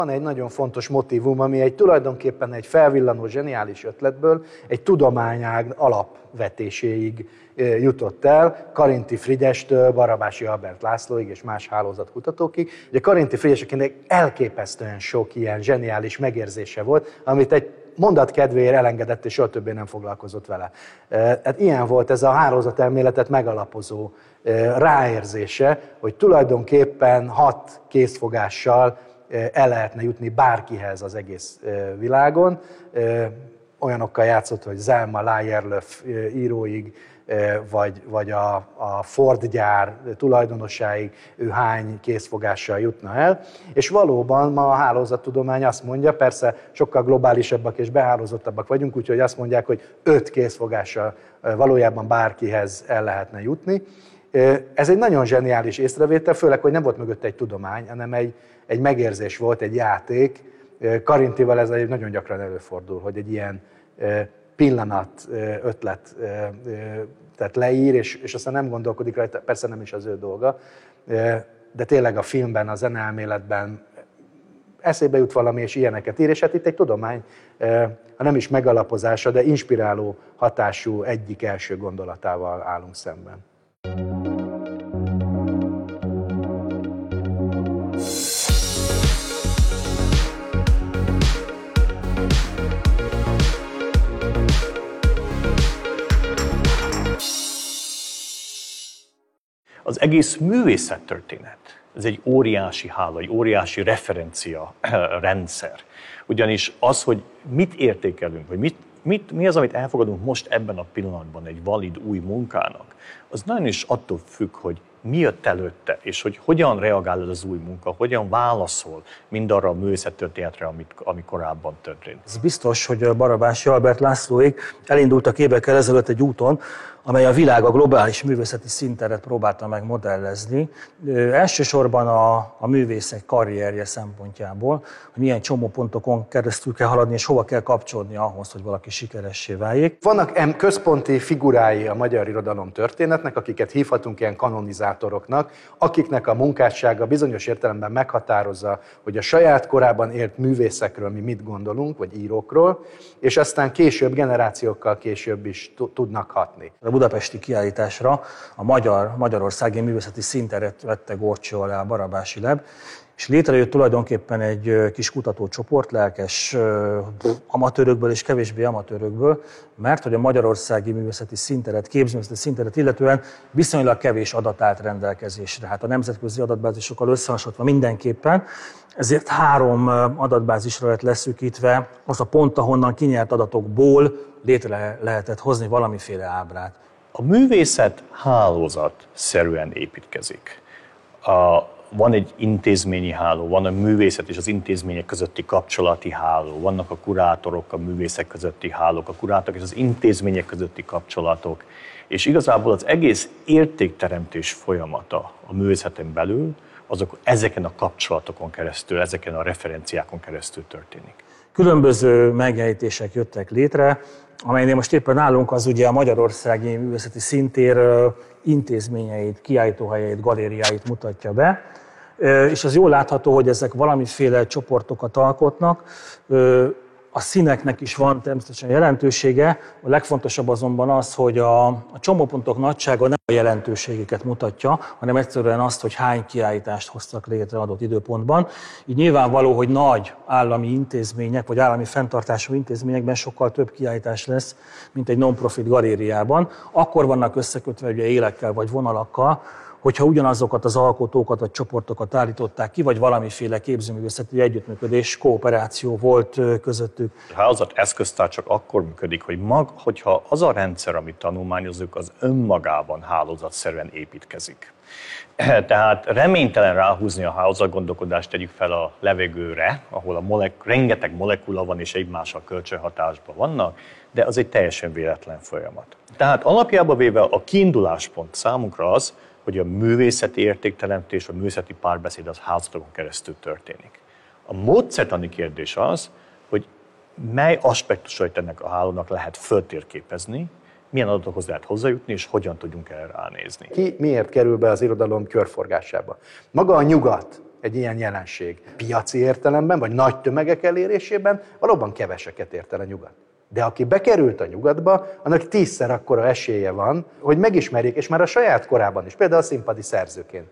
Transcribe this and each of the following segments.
Van egy nagyon fontos motívum, ami tulajdonképpen egy felvillanó zseniális ötletből egy tudományág alapvetéséig jutott el, Karinthy Frigyestől Barabási Albert Lászlóig és más hálózatkutatókig. Ugye Karinthy Frigyesnek elképesztően sok ilyen zseniális megérzése volt, amit egy mondat kedvéért elengedett, és soha többé nem foglalkozott vele. Hát ilyen volt ez a hálózatelméletet megalapozó ráérzése, hogy tulajdonképpen 6 készfogással el lehetne jutni bárkihez az egész világon. Olyanokkal játszott, hogy Zelma Lagerlöf íróig, vagy a Ford gyár tulajdonosáig ő hány készfogással jutna el. És valóban ma a hálózattudomány azt mondja, persze sokkal globálisabbak és behálózottabbak vagyunk, úgyhogy azt mondják, hogy 5 készfogással valójában bárkihez el lehetne jutni. Ez egy nagyon zseniális észrevétel, főleg, hogy nem volt mögötte egy tudomány, hanem egy megérzés volt, egy játék. Karinthyval ez nagyon gyakran előfordul, hogy egy ilyen pillanat, ötlet tehát leír, és aztán nem gondolkodik rajta, persze nem is az ő dolga, de tényleg a filmben, a zeneelméletben eszébe jut valami, és ilyeneket ír, és hát itt egy tudomány, ha nem is megalapozása, de inspiráló hatású egyik első gondolatával állunk szemben. Az egész művészettörténet, ez egy óriási hála, egy óriási referencia rendszer. Ugyanis az, hogy mit értékelünk, vagy mi az, amit elfogadunk most ebben a pillanatban egy valid új munkának, az nagyon is attól függ, hogy mi jött előtte, és hogy hogyan reagál ez az új munka, hogyan válaszol mindarra a művészettörténetre, ami korábban történt. Ez biztos, hogy Barabási Albert Lászlóig elindultak évekkel ezelőtt egy úton, amely a világ a globális művészeti színteret próbálta meg modellezni. Elsősorban a művészek karrierje szempontjából, hogy milyen csomópontokon keresztül kell haladni, és hova kell kapcsolódni ahhoz, hogy valaki sikeressé váljék. Vannak központi figurái a magyar irodalom történetnek, akiket hívhatunk ilyen kanonizátoroknak, akiknek a munkássága bizonyos értelemben meghatározza, hogy a saját korában élt művészekről mi mit gondolunk, vagy írókról, és aztán később, generációkkal később is tudnak hatni. A budapesti kiállításra a magyarországi művészeti színteret vette górcső alá a Barabási Leb, és létrejött tulajdonképpen egy kis kutatócsoport, lelkes amatőrökből és kevésbé amatőrökből, mert hogy a magyarországi művészeti színteret, képzőművészeti színteret illetően viszonylag kevés adat állt rendelkezésre. Hát a nemzetközi adatbázisokkal összehasonlítva mindenképpen, ezért 3 adatbázisra lett leszűkítve az a pont, ahonnan kinyert adatokból létre lehetett hozni valamiféle ábrát. A művészet hálózatszerűen építkezik. Van egy intézményi háló, van a művészet és az intézmények közötti kapcsolati háló, vannak a kurátorok, a művészek közötti hálók, a kurátorok és az intézmények közötti kapcsolatok, és igazából az egész értékteremtés folyamata a művészeten belül, azok ezeken a kapcsolatokon keresztül, ezeken a referenciákon keresztül történik. Különböző megjelenítések jöttek létre, amelynél most éppen nálunk az ugye a magyarországi művészeti színtér intézményeit, kiállítóhelyeit, galériáit mutatja be, és az jól látható, hogy ezek valamiféle csoportokat alkotnak. A színeknek is van természetesen jelentősége, a legfontosabb azonban az, hogy a csomópontok nagysága nem a jelentőségeket mutatja, hanem egyszerűen azt, hogy hány kiállítást hoztak létre adott időpontban. Így nyilvánvaló, hogy nagy állami intézmények, vagy állami fenntartású intézményekben sokkal több kiállítás lesz, mint egy non-profit galériában. Akkor vannak összekötve ugye élekkel vagy vonalakkal, hogyha ugyanazokat az alkotókat vagy csoportokat állították ki, vagy valamiféle képzőművészeti együttműködés, kooperáció volt közöttük. A hálózat eszköztár csak akkor működik, hogyha az a rendszer, amit tanulmányozunk, az önmagában hálózatszerűen építkezik. Tehát reménytelen ráhúzni a hálózatgondolkodást, tegyük fel a levegőre, ahol rengeteg molekula van és egymással kölcsönhatásban vannak, de az egy teljesen véletlen folyamat. Tehát alapjában véve a kiinduláspont számunkra az, hogy a művészeti értékteremtés, a művészeti párbeszéd az hálózatokon keresztül történik. A módszertani kérdés az, hogy mely aspektusait ennek a hálónak lehet föltérképezni, milyen adatokhoz lehet hozzájutni, és hogyan tudjunk erre ránézni. Ki miért kerül be az irodalom körforgásába? Maga a nyugat egy ilyen jelenség. Piaci értelemben, vagy nagy tömegek elérésében valóban keveseket ért el a nyugat. De aki bekerült a nyugatba, annak 10-szer akkora esélye van, hogy megismerjék, és már a saját korában is, például a színpadi szerzőként,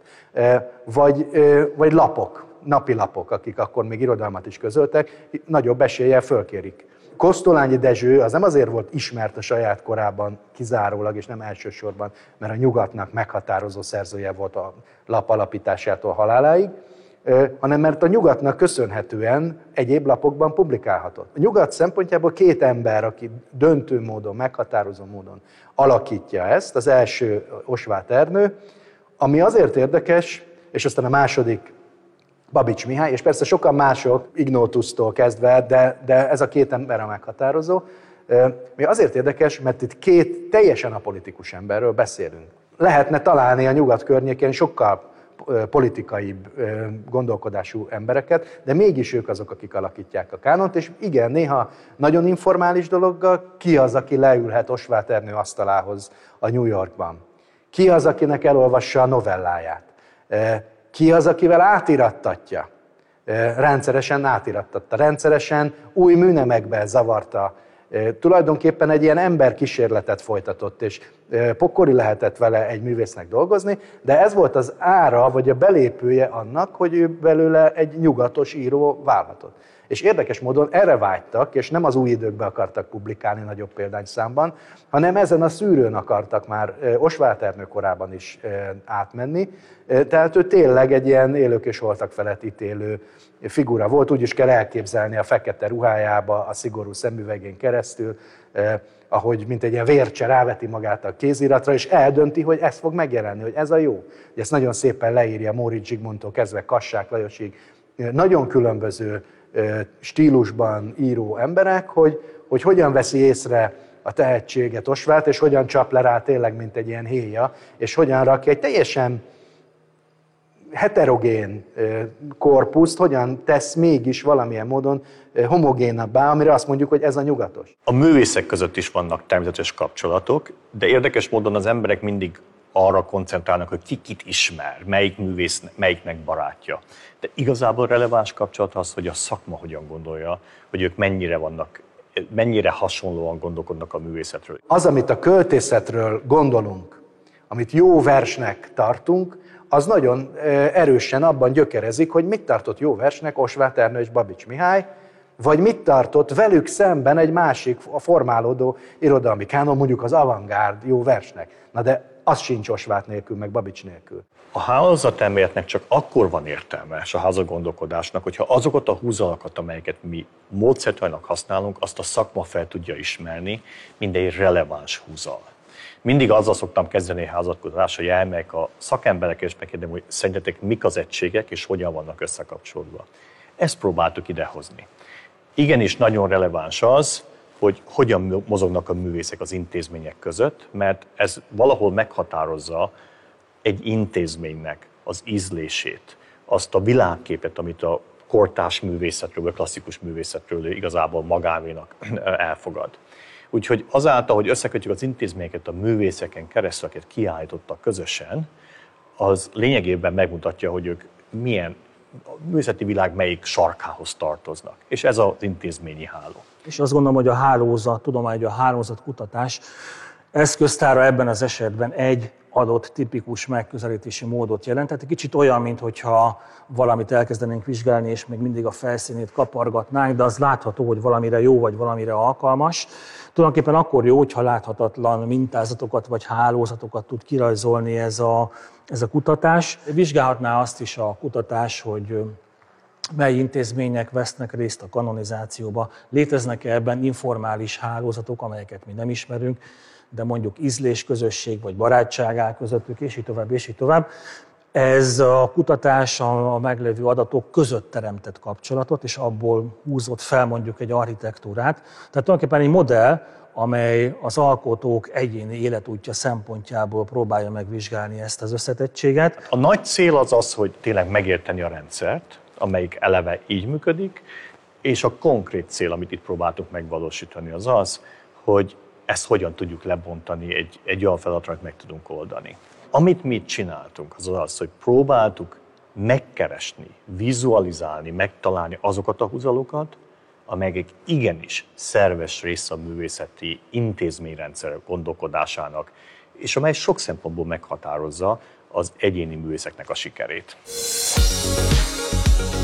vagy lapok, napilapok, akik akkor még irodalmat is közöltek, nagyobb eséllyel fölkérik. Kosztolányi Dezső az nem azért volt ismert a saját korában kizárólag, és nem elsősorban, mert a nyugatnak meghatározó szerzője volt a lap alapításától haláláig, hanem mert a nyugatnak köszönhetően egyéb lapokban publikálhatott. A nyugat szempontjából 2 ember, aki döntő módon, meghatározó módon alakítja ezt, az első Osváth Ernő, ami azért érdekes, és aztán a második Babits Mihály, és persze sokan mások, Ignótusztól kezdve, de ez a 2 ember a meghatározó. Mi azért érdekes, mert itt 2 teljesen apolitikus emberről beszélünk. Lehetne találni a nyugat környékén sokkal politikaibb gondolkodású embereket, de mégis ők azok, akik alakítják a kánont, és igen, néha nagyon informális dologgal ki az, aki leülhet Osváth Ernő asztalához a New Yorkban? Ki az, akinek elolvassa a novelláját? Ki az, akivel átirattatja? Rendszeresen átirattatta, rendszeresen új műnemekbe zavarta. Tulajdonképpen egy ilyen emberkísérletet folytatott, és pokoli lehetett vele egy művésznek dolgozni, de ez volt az ára, vagy a belépője annak, hogy ő belőle egy nyugatos író válhatott. És érdekes módon erre vágytak, és nem az Új Időkbe akartak publikálni nagyobb példányszámban, hanem ezen a szűrőn akartak már Osváth Ernő korában is átmenni. Tehát ő tényleg egy ilyen élők és holtak felett ítélő figura volt, úgy is kell elképzelni a fekete ruhájába, a szigorú szemüvegén keresztül, ahogy mint egy ilyen vércse ráveti magát a kéziratra, és eldönti, hogy ez fog megjelenni, hogy ez a jó. Ezt nagyon szépen leírja Móricz Zsigmondtól kezdve Kassák Lajosig, nagyon különböző stílusban író emberek, hogy hogyan veszi észre a tehetséget Osváth, és hogyan csap le rá tényleg, mint egy ilyen héja, és hogyan rakja egy teljesen heterogén korpuszt, hogyan tesz mégis valamilyen módon homogénabbá, amire azt mondjuk, hogy ez a nyugatos. A művészek között is vannak természetes kapcsolatok, de érdekes módon az emberek mindig arra koncentrálnak, hogy ki kit ismer, melyik művész, melyiknek barátja. De igazából releváns kapcsolat az, hogy a szakma hogyan gondolja, hogy ők mennyire hasonlóan gondolkodnak a művészetről. Az, amit a költészetről gondolunk, amit jó versnek tartunk, az nagyon erősen abban gyökerezik, hogy mit tartott jó versnek Osváth Ernő és Babits Mihály, vagy mit tartott velük szemben egy másik, a formálódó irodalmi kánon, mondjuk az avantgárd jó versnek. Na de az sincs Osváth nélkül, meg Babits nélkül. A hálózatelméletnek csak akkor van értelme, és a házagondolkodásnak, hogyha azokat a húzalakat, amelyeket mi módszertanilag használunk, azt a szakma fel tudja ismerni, mint egy releváns húzal. Mindig azzal szoktam kezdeni a házatkozást, hogy elmegyek a szakemberek, és megkérdem, hogy szerintetek mik az egységek, és hogyan vannak összekapcsolva. Ezt próbáltuk idehozni. Igenis nagyon releváns az, hogy hogyan mozognak a művészek az intézmények között, mert ez valahol meghatározza egy intézménynek az ízlését, azt a világképet, amit a kortárs művészetről, vagy klasszikus művészetről igazából magávénak elfogad. Úgyhogy azáltal, hogy összekötjük az intézményeket a művészeken keresztül, akiket kiállítottak közösen, az lényegében megmutatja, hogy ők milyen, a művészeti világ melyik sarkához tartoznak. És ez az intézményi háló. És azt gondolom, hogy a hálózat, tudomány, a hálózatkutatás eszköztára ebben az esetben egy adott tipikus megközelítési módot jelent. Tehát egy kicsit olyan, mintha valamit elkezdenénk vizsgálni, és még mindig a felszínét kapargatnánk, de az látható, hogy valamire jó, vagy valamire alkalmas. Tulajdonképpen akkor jó, hogyha láthatatlan mintázatokat, vagy hálózatokat tud kirajzolni ez a kutatás. Vizsgálhatná azt is a kutatás, hogy mely intézmények vesznek részt a kanonizációba. Léteznek-e ebben informális hálózatok, amelyeket mi nem ismerünk, de mondjuk ízlésközösség vagy barátság áll közöttük, és így tovább, és így tovább. Ez a kutatás a meglévő adatok között teremtett kapcsolatot, és abból húzott fel mondjuk egy architektúrát. Tehát tulajdonképpen egy modell, amely az alkotók egyéni életútja szempontjából próbálja megvizsgálni ezt az összetettséget. A nagy cél az az, hogy tényleg megérteni a rendszert, amelyik eleve így működik, és a konkrét cél, amit itt próbáltuk megvalósítani, az az, hogy ezt hogyan tudjuk lebontani egy olyan feladatra, amit meg tudunk oldani. Amit mi itt csináltunk, az az, hogy próbáltuk megkeresni, vizualizálni, megtalálni azokat a húzalokat, amelyek igenis szerves része a művészeti intézményrendszer gondolkodásának, és amely sok szempontból meghatározza az egyéni művészeknek a sikerét.